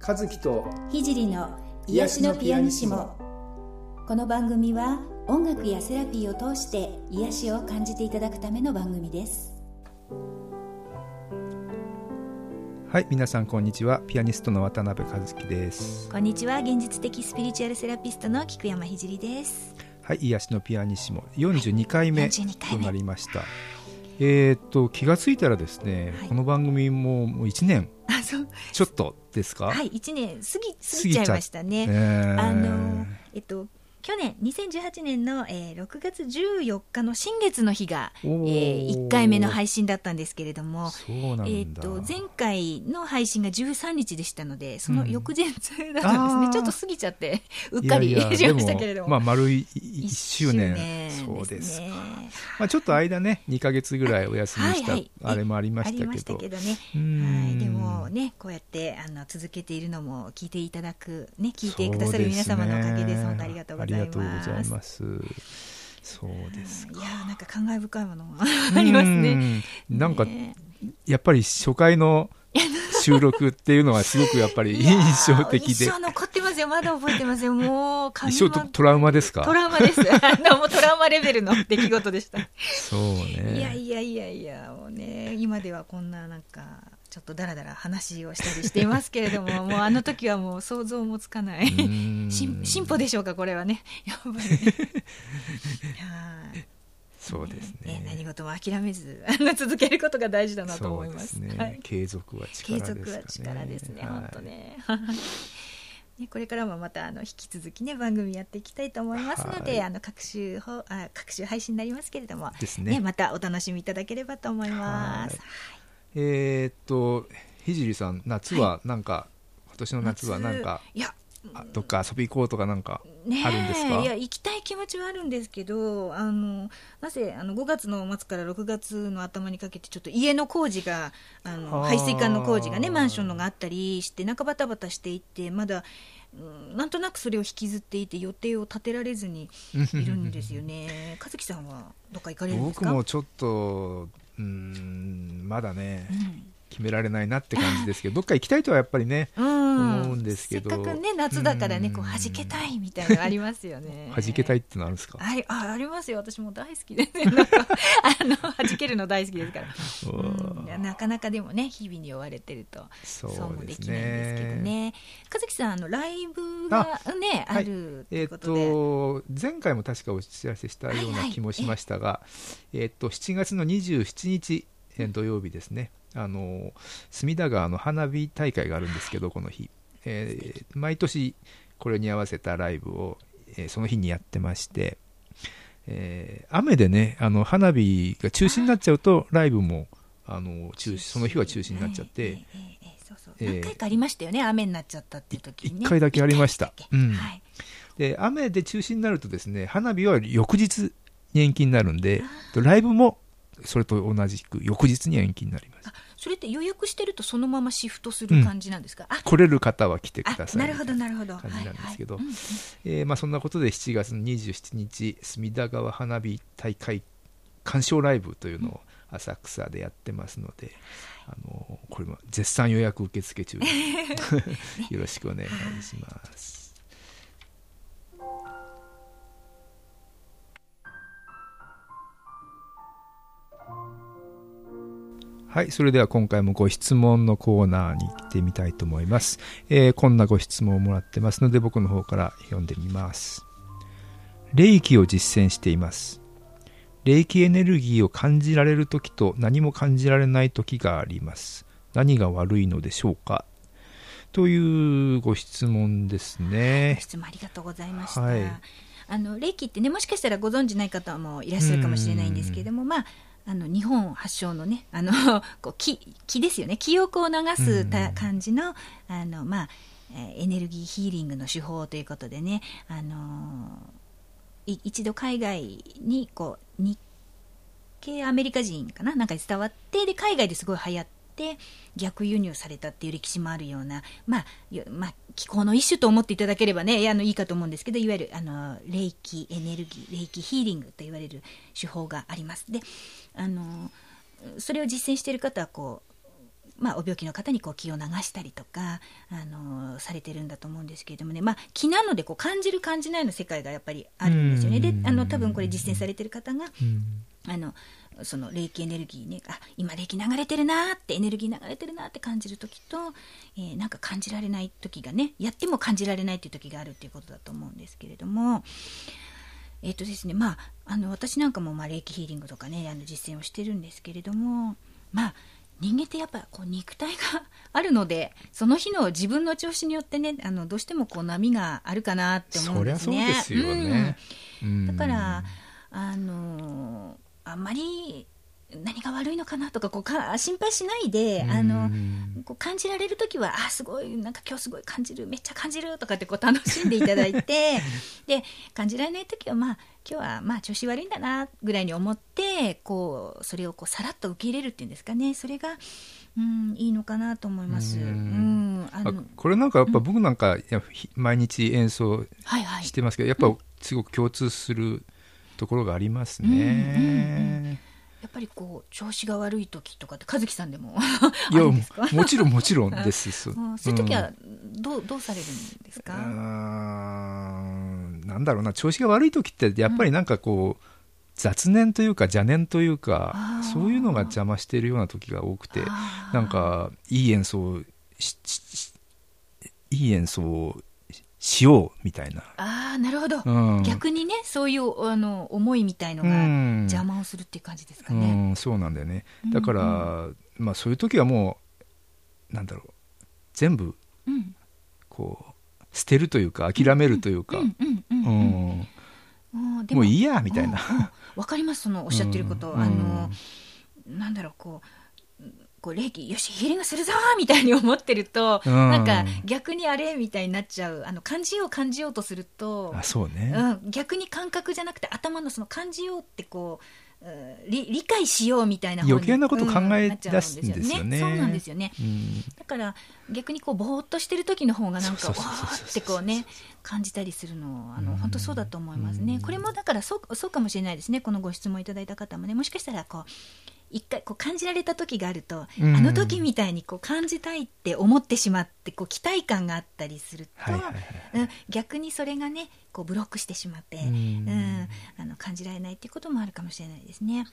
和樹と聖の癒しのピアニッシモ。この番組は音楽やセラピーを通して癒しを感じていただくための番組です。 はい、皆さんこんにちは。ピアニストの渡辺和樹です。 こんにちは。現実的スピリチュアルセラピストの菊山聖です。 はい、癒しのピアニッシモ42回目となりました。気がついたらですね、はい、この番組もう1年ちょっとですか。 はい、1年過ぎちゃいましたね。去年2018年の、6月14日の新月の日が、1回目の配信だったんですけれども、 そうなんだ。 前回の配信が13日でしたので、その翌日だったんですね。ちょっと過ぎちゃってうっかりしましたけれども、 丸1周年そうですか。ちょっと間ね2ヶ月ぐらいお休みした、あれもありましたけど、 ね、でもね、こうやって続けているのも聞いていただく、ね、聞いてくださる皆様のおかげです。本当ありがとうございます。 ありがとうございます。そうですか。 いや、なんか感慨深いものがありますね。 なんかやっぱり初回の収録っていうのはすごくやっぱり印象的で、 印象残ってますよ。まだ覚えてますよ。もう一生トラウマですか。 トラウマです。もうトラウマレベルの出来事でした。 そうね。 いやもうね、今ではこんななんかちょっとだらだら話をしたりしていますけれども、もうあの時はもう想像もつかない進歩でしょうか、これはね。やっぱりね。 そうですね。 何事も諦めず続けることが大事だなと思います。 そうですね。はい、継続は力ですかね。 継続は力ですね。本当ね。これからもまた引き続きね番組やっていきたいと思いますので、各週配信になりますけれども、ね、またお楽しみいただければと思います。 聖さん、夏はなんか、今年の夏はなんかどっか遊び行こうとかなんかあるんですか。 いや、行きたい気持ちはあるんですけど、なぜ5月の末から6月の頭にかけてちょっと家の工事が排水管の工事がね、マンションのがあったりしてなんかバタバタしていて、まだなんとなくそれを引きずっていて予定を立てられずにいるんですよね。和樹さんはどっか行かれるんですか。 僕もちょっとまだね、決められないなって感じですけど、どっか行きたいとはやっぱりね、思うんですけど、 せっかくね夏だからね、こう弾けたいみたいなのありますよね。 弾けたいってのあるんですか。 ありますよ。私も大好きですよ。なんか弾けるの大好きですから、なかなかでもね日々に追われてるとそうもできないんですけどね。和樹さんライブがねあるということで、 前回も確かお知らせしたような気もしましたが、7月の27日土曜日ですね、隅田川の花火大会があるんですけど、この日、毎年これに合わせたライブを、その日にやってまして、雨でね花火が中止になっちゃうとライブもその日は中止になっちゃって、 何回かありましたよね、雨になっちゃったっていう時にね。 1回だけありました。で雨で中止になるとですね、花火は翌日に延期になるんで、ライブもそれと同じく翌日に延期になります。 それって予約してるとそのままシフトする感じなんですか。 来れる方は来てください。 なるほど感じなんですけど、そんなことで7月27日隅田川花火大会鑑賞ライブというのを浅草でやってますので、これも絶賛予約受付中でよろしくお願いします。はい、それでは今回もご質問のコーナーに行ってみたいと思います。こんなご質問をもらってますので、僕の方から読んでみます。霊気を実践しています。霊気エネルギーを感じられるときと何も感じられないときがあります。何が悪いのでしょうか、というご質問ですね。 ご質問ありがとうございました。霊気ってね、もしかしたらご存じない方もいらっしゃるかもしれないんですけれども、日本発祥のね、こう気ですよね。記憶を流す感じの、エネルギーヒーリングの手法ということでね、一度海外にこう日系アメリカ人かなんかに伝わって、で海外ですごい流行って逆輸入されたっていう歴史もあるような、気候の一種と思っていただければね、いいかと思うんですけど、いわゆる霊気エネルギー、霊気ヒーリングと言われる手法があります。でそれを実践している方はこうお病気の方にこう気を流したりとかされてるんだと思うんですけれどもね、気なのでこう感じる感じないの世界がやっぱりあるんですよね。で多分これ実践されてる方が、その霊気エネルギーね、今霊気流れてるなって、エネルギー流れてるなって感じる時と、なんか感じられない時がね、やっても感じられないっていう時があるっていうことだと思うんですけれども、ですね、私なんかも霊気ヒーリングとかね実践をしてるんですけれども、人間ってやっぱこう肉体があるので、その日の自分の調子によってねどうしてもこう波があるかなって思うんですね。 そりゃそうですよね。 だからあんまり何が悪いのかなとか心配しないでこう感じられるときはすごいなんか今日すごい感じる、めっちゃ感じるとかってこう楽しんでいただいてで感じられないときは今日は調子悪いんだなぐらいに思ってそれをさらっと受け入れるっていうんですかね、それがいいのかなと思います。 これなんかやっぱ僕なんか毎日演奏してますけど、やっぱすごく共通するところがありますね。 やっぱり調子が悪い時とかって和樹さんでもあるんですか？もちろんですそういう時はどうされるんですか？ なんだろうな、調子が悪い時ってやっぱりなんか雑念というか邪念というか、そういうのが邪魔しているような時が多くて、なんかいい演奏をしようみたいな。 なるほど、逆にねそういう思いみたいのが邪魔をするっていう感じですかね。 そうなんだよね。だから、そういう時はもうなんだろう、全部捨てるというか諦めるというか、もういいやみたいな。 わかります、そのおっしゃってること。なんだろう、霊気よしヒーリングするぞみたいに思ってると、なんか逆にあれみたいになっちゃう。感じようとすると、 そうね、 逆に感覚じゃなくて頭のその感じようって理解しようみたいな方に余計なこと考え出すんですよね。 そうなんですよね。だから逆にぼーっとしてる時の方がなんかわーって感じたりするの本当そうだと思いますね。これもだからそうかもしれないですね。このご質問いただいた方もね、もしかしたら一回感じられた時があると、あの時みたいに感じたいって思ってしまって期待感があったりすると、逆にそれがねブロックしてしまって、感じられないっていうこともあるかもしれないですね。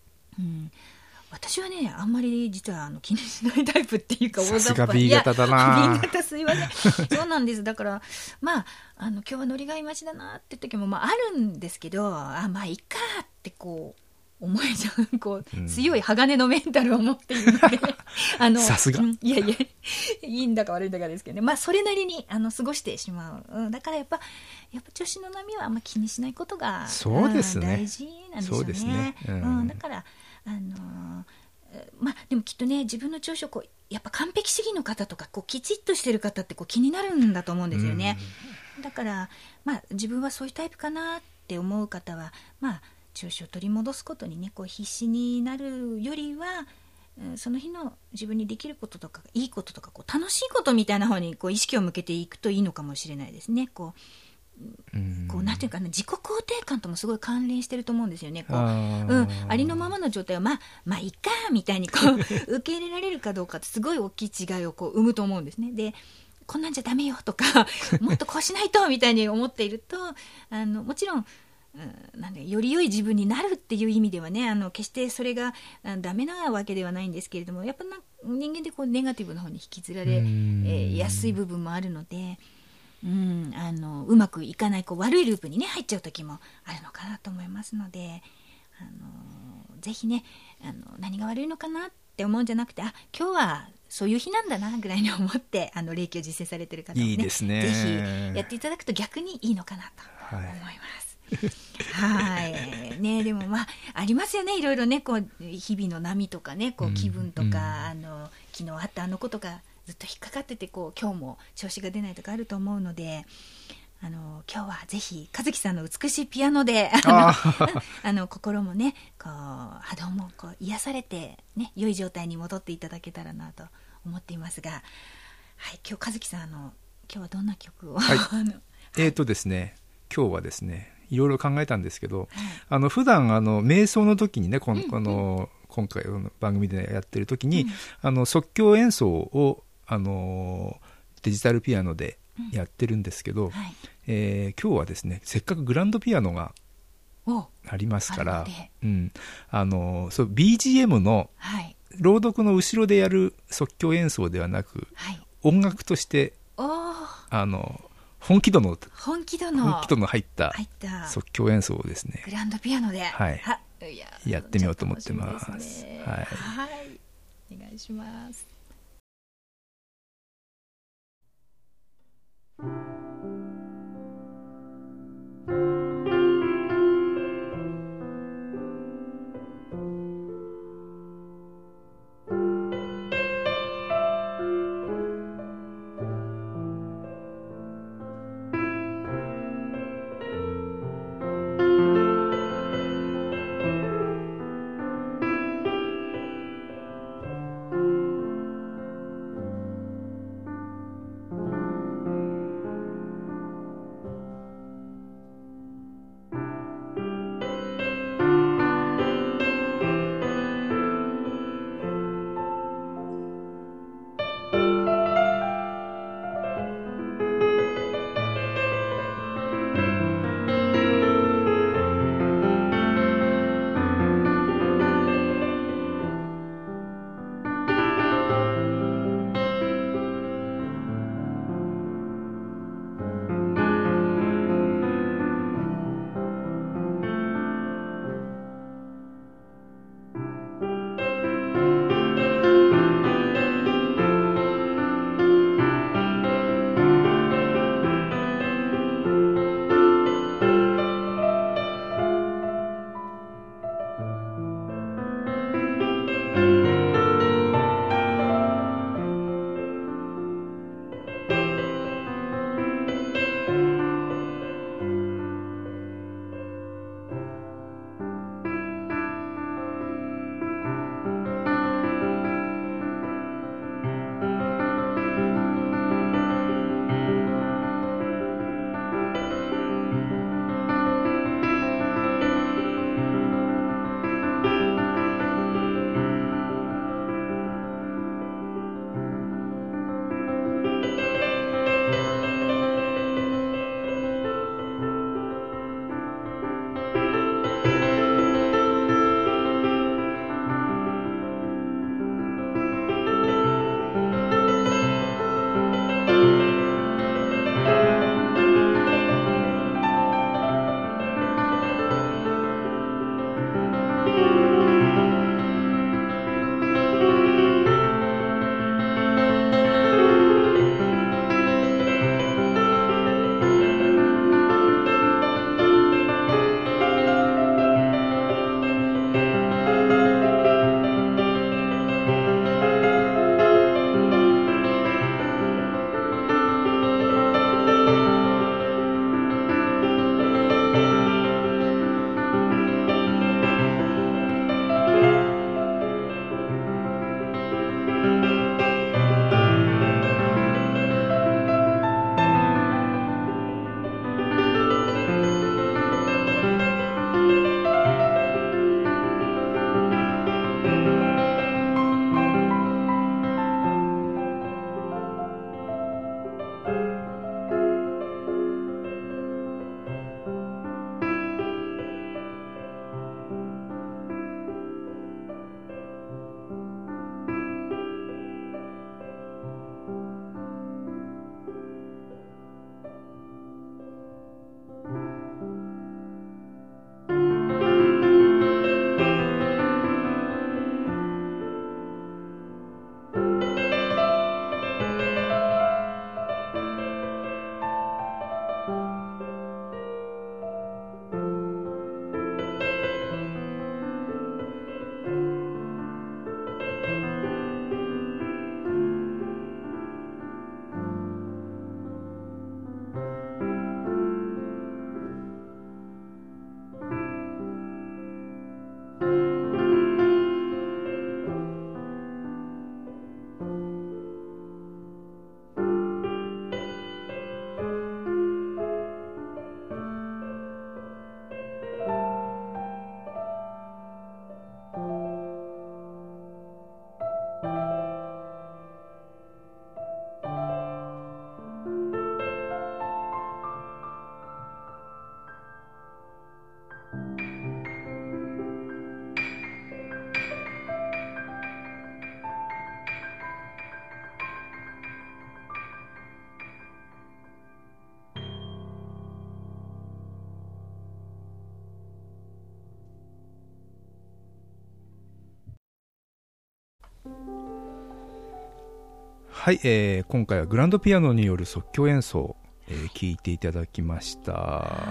私はねあんまり実は気にしないタイプっていうか、 さすが B 型だな。 B 型すいませんそうなんです。だから今日はノリがいまちだなって時もあるんですけど、いいかって思いじゃん強い鋼のメンタルを持っているのでさすが、 いいいんだか悪いんだかですけどね、それなりに過ごしてしまう。だからやっぱ調子の波はあんま気にしないことがそうですね、 大事なんですよね。そうですね、だからでもきっとね自分の調子をやっぱ完璧主義の方とかきちっとしてる方って気になるんだと思うんですよね。だから自分はそういうタイプかなって思う方は調子を取り戻すことにね必死になるよりは、その日の自分にできることとかいいこととか楽しいことみたいな方に意識を向けていくといいのかもしれないですね。なんていうかな、自己肯定感ともすごい関連してると思うんですよね。ありのままの状態はいいかみたいに受け入れられるかどうかってすごい大きい違いを生むと思うんですね。でこんなんじゃダメよとかもっとこうしないとみたいに思っているともちろんより良い自分になるっていう意味ではね決してそれがダメなわけではないんですけれども、やっぱ人間でネガティブな方に引きずられやすい部分もあるので、うまくいかない悪いループにね入っちゃう時もあるのかなと思いますので、ぜひね何が悪いのかなって思うんじゃなくて、今日はそういう日なんだなぐらいに思って霊気を実践されている方もね、 いいですね、 ぜひやっていただくと逆にいいのかなと思います。はいね、でもありますよね、いろいろね日々の波とかね気分とか、昨日あったことがずっと引っかかってて今日も調子が出ないとかあると思うので、今日はぜひ和樹さんの美しいピアノで心もね波動も癒されて、ね、良い状態に戻っていただけたらなと思っていますが、今日和樹さん今日はどんな曲を、 ですね、今日はですねいろいろ考えたんですけど、普段瞑想の時にねこの今回の番組でやってる時に、即興演奏を、デジタルピアノでやってるんですけど、今日はですね、せっかくグランドピアノがありますから、そう BGM の朗読の後ろでやる即興演奏ではなく、音楽として本気度の入った即興演奏をですね、 グランドピアノで、 やってみようと思ってます。 お願いします。 はい、今回はグランドピアノによる即興演奏、聞いていただきました。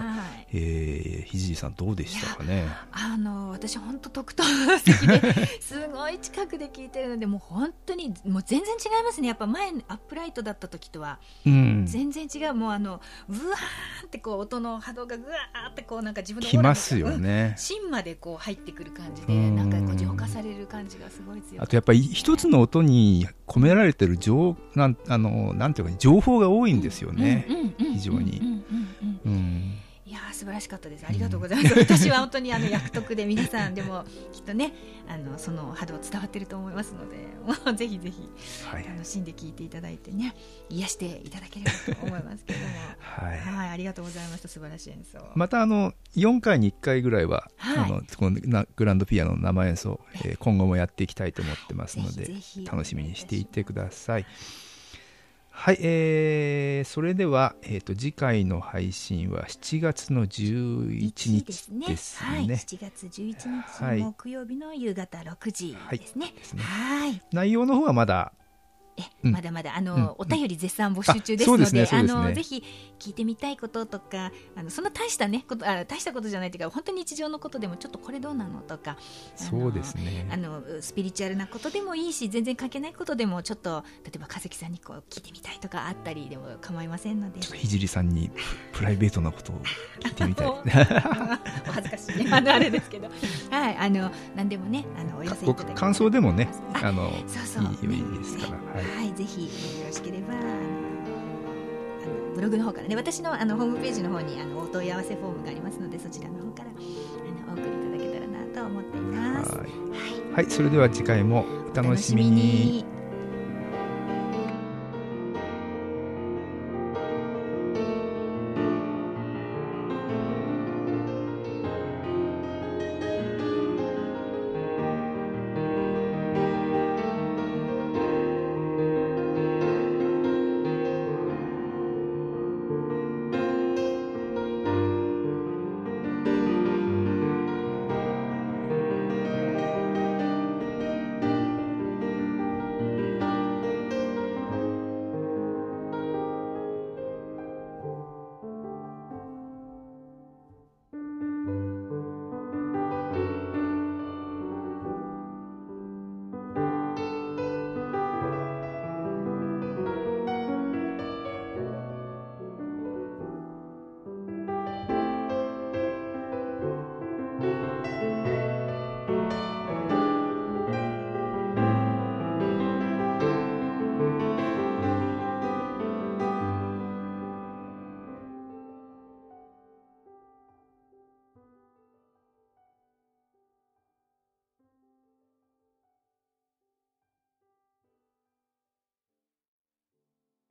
ひじりさんどうでしたかね。 私本当特等席ですごい近くで聞いてるので、もう本当にもう全然違いますね。やっぱ前アップライトだった時とは全然違う。もううわーってこう音の波動がぐわーってこうなんか自分のきますよね、 芯までこう入ってくる感じで、なんかこう浄化される感じがすごい強い。 あとやっぱり一つの音に込められてるなんていうか情報が多いんですよね、非常に。いや素晴らしかったです。ありがとうございます。私は本当に役得で、皆さんでもきっとねその波動伝わってると思いますので、もうぜひぜひ楽しんで聞いていただいてね、癒していただければと思いますけどもはい、ありがとうございました。素晴らしい演奏。また 4回に1回ぐらいは、このグランドピアノの生演奏、今後もやっていきたいと思ってますので、ぜひ楽しみにしていてください。はい、それでは、次回の配信は7月の11日ですね。 7月11日木曜日の夕方6時ですね。 内容の方はまだまだまだお便り絶賛募集中ですので、ぜひ聞いてみたいこととか、そんな大したことじゃないというか、本当に日常のことでもちょっとこれどうなのとか、 そうですね、 スピリチュアルなことでもいいし、全然関係ないことでもちょっと例えば風木さんにこう聞いてみたいとかあったりでも構いませんので、 ひじりさんにプライベートなことを聞いてみたいお恥ずかしいあれですけど、はい、何でもねお寄せいただければ、 感想でもねいいですから、 はい、ぜひよろしければブログの方からね、私のホームページの方にお問い合わせフォームがありますので、そちらの方からお送りいただけたらなと思っています。 はい、それでは次回もお楽しみに。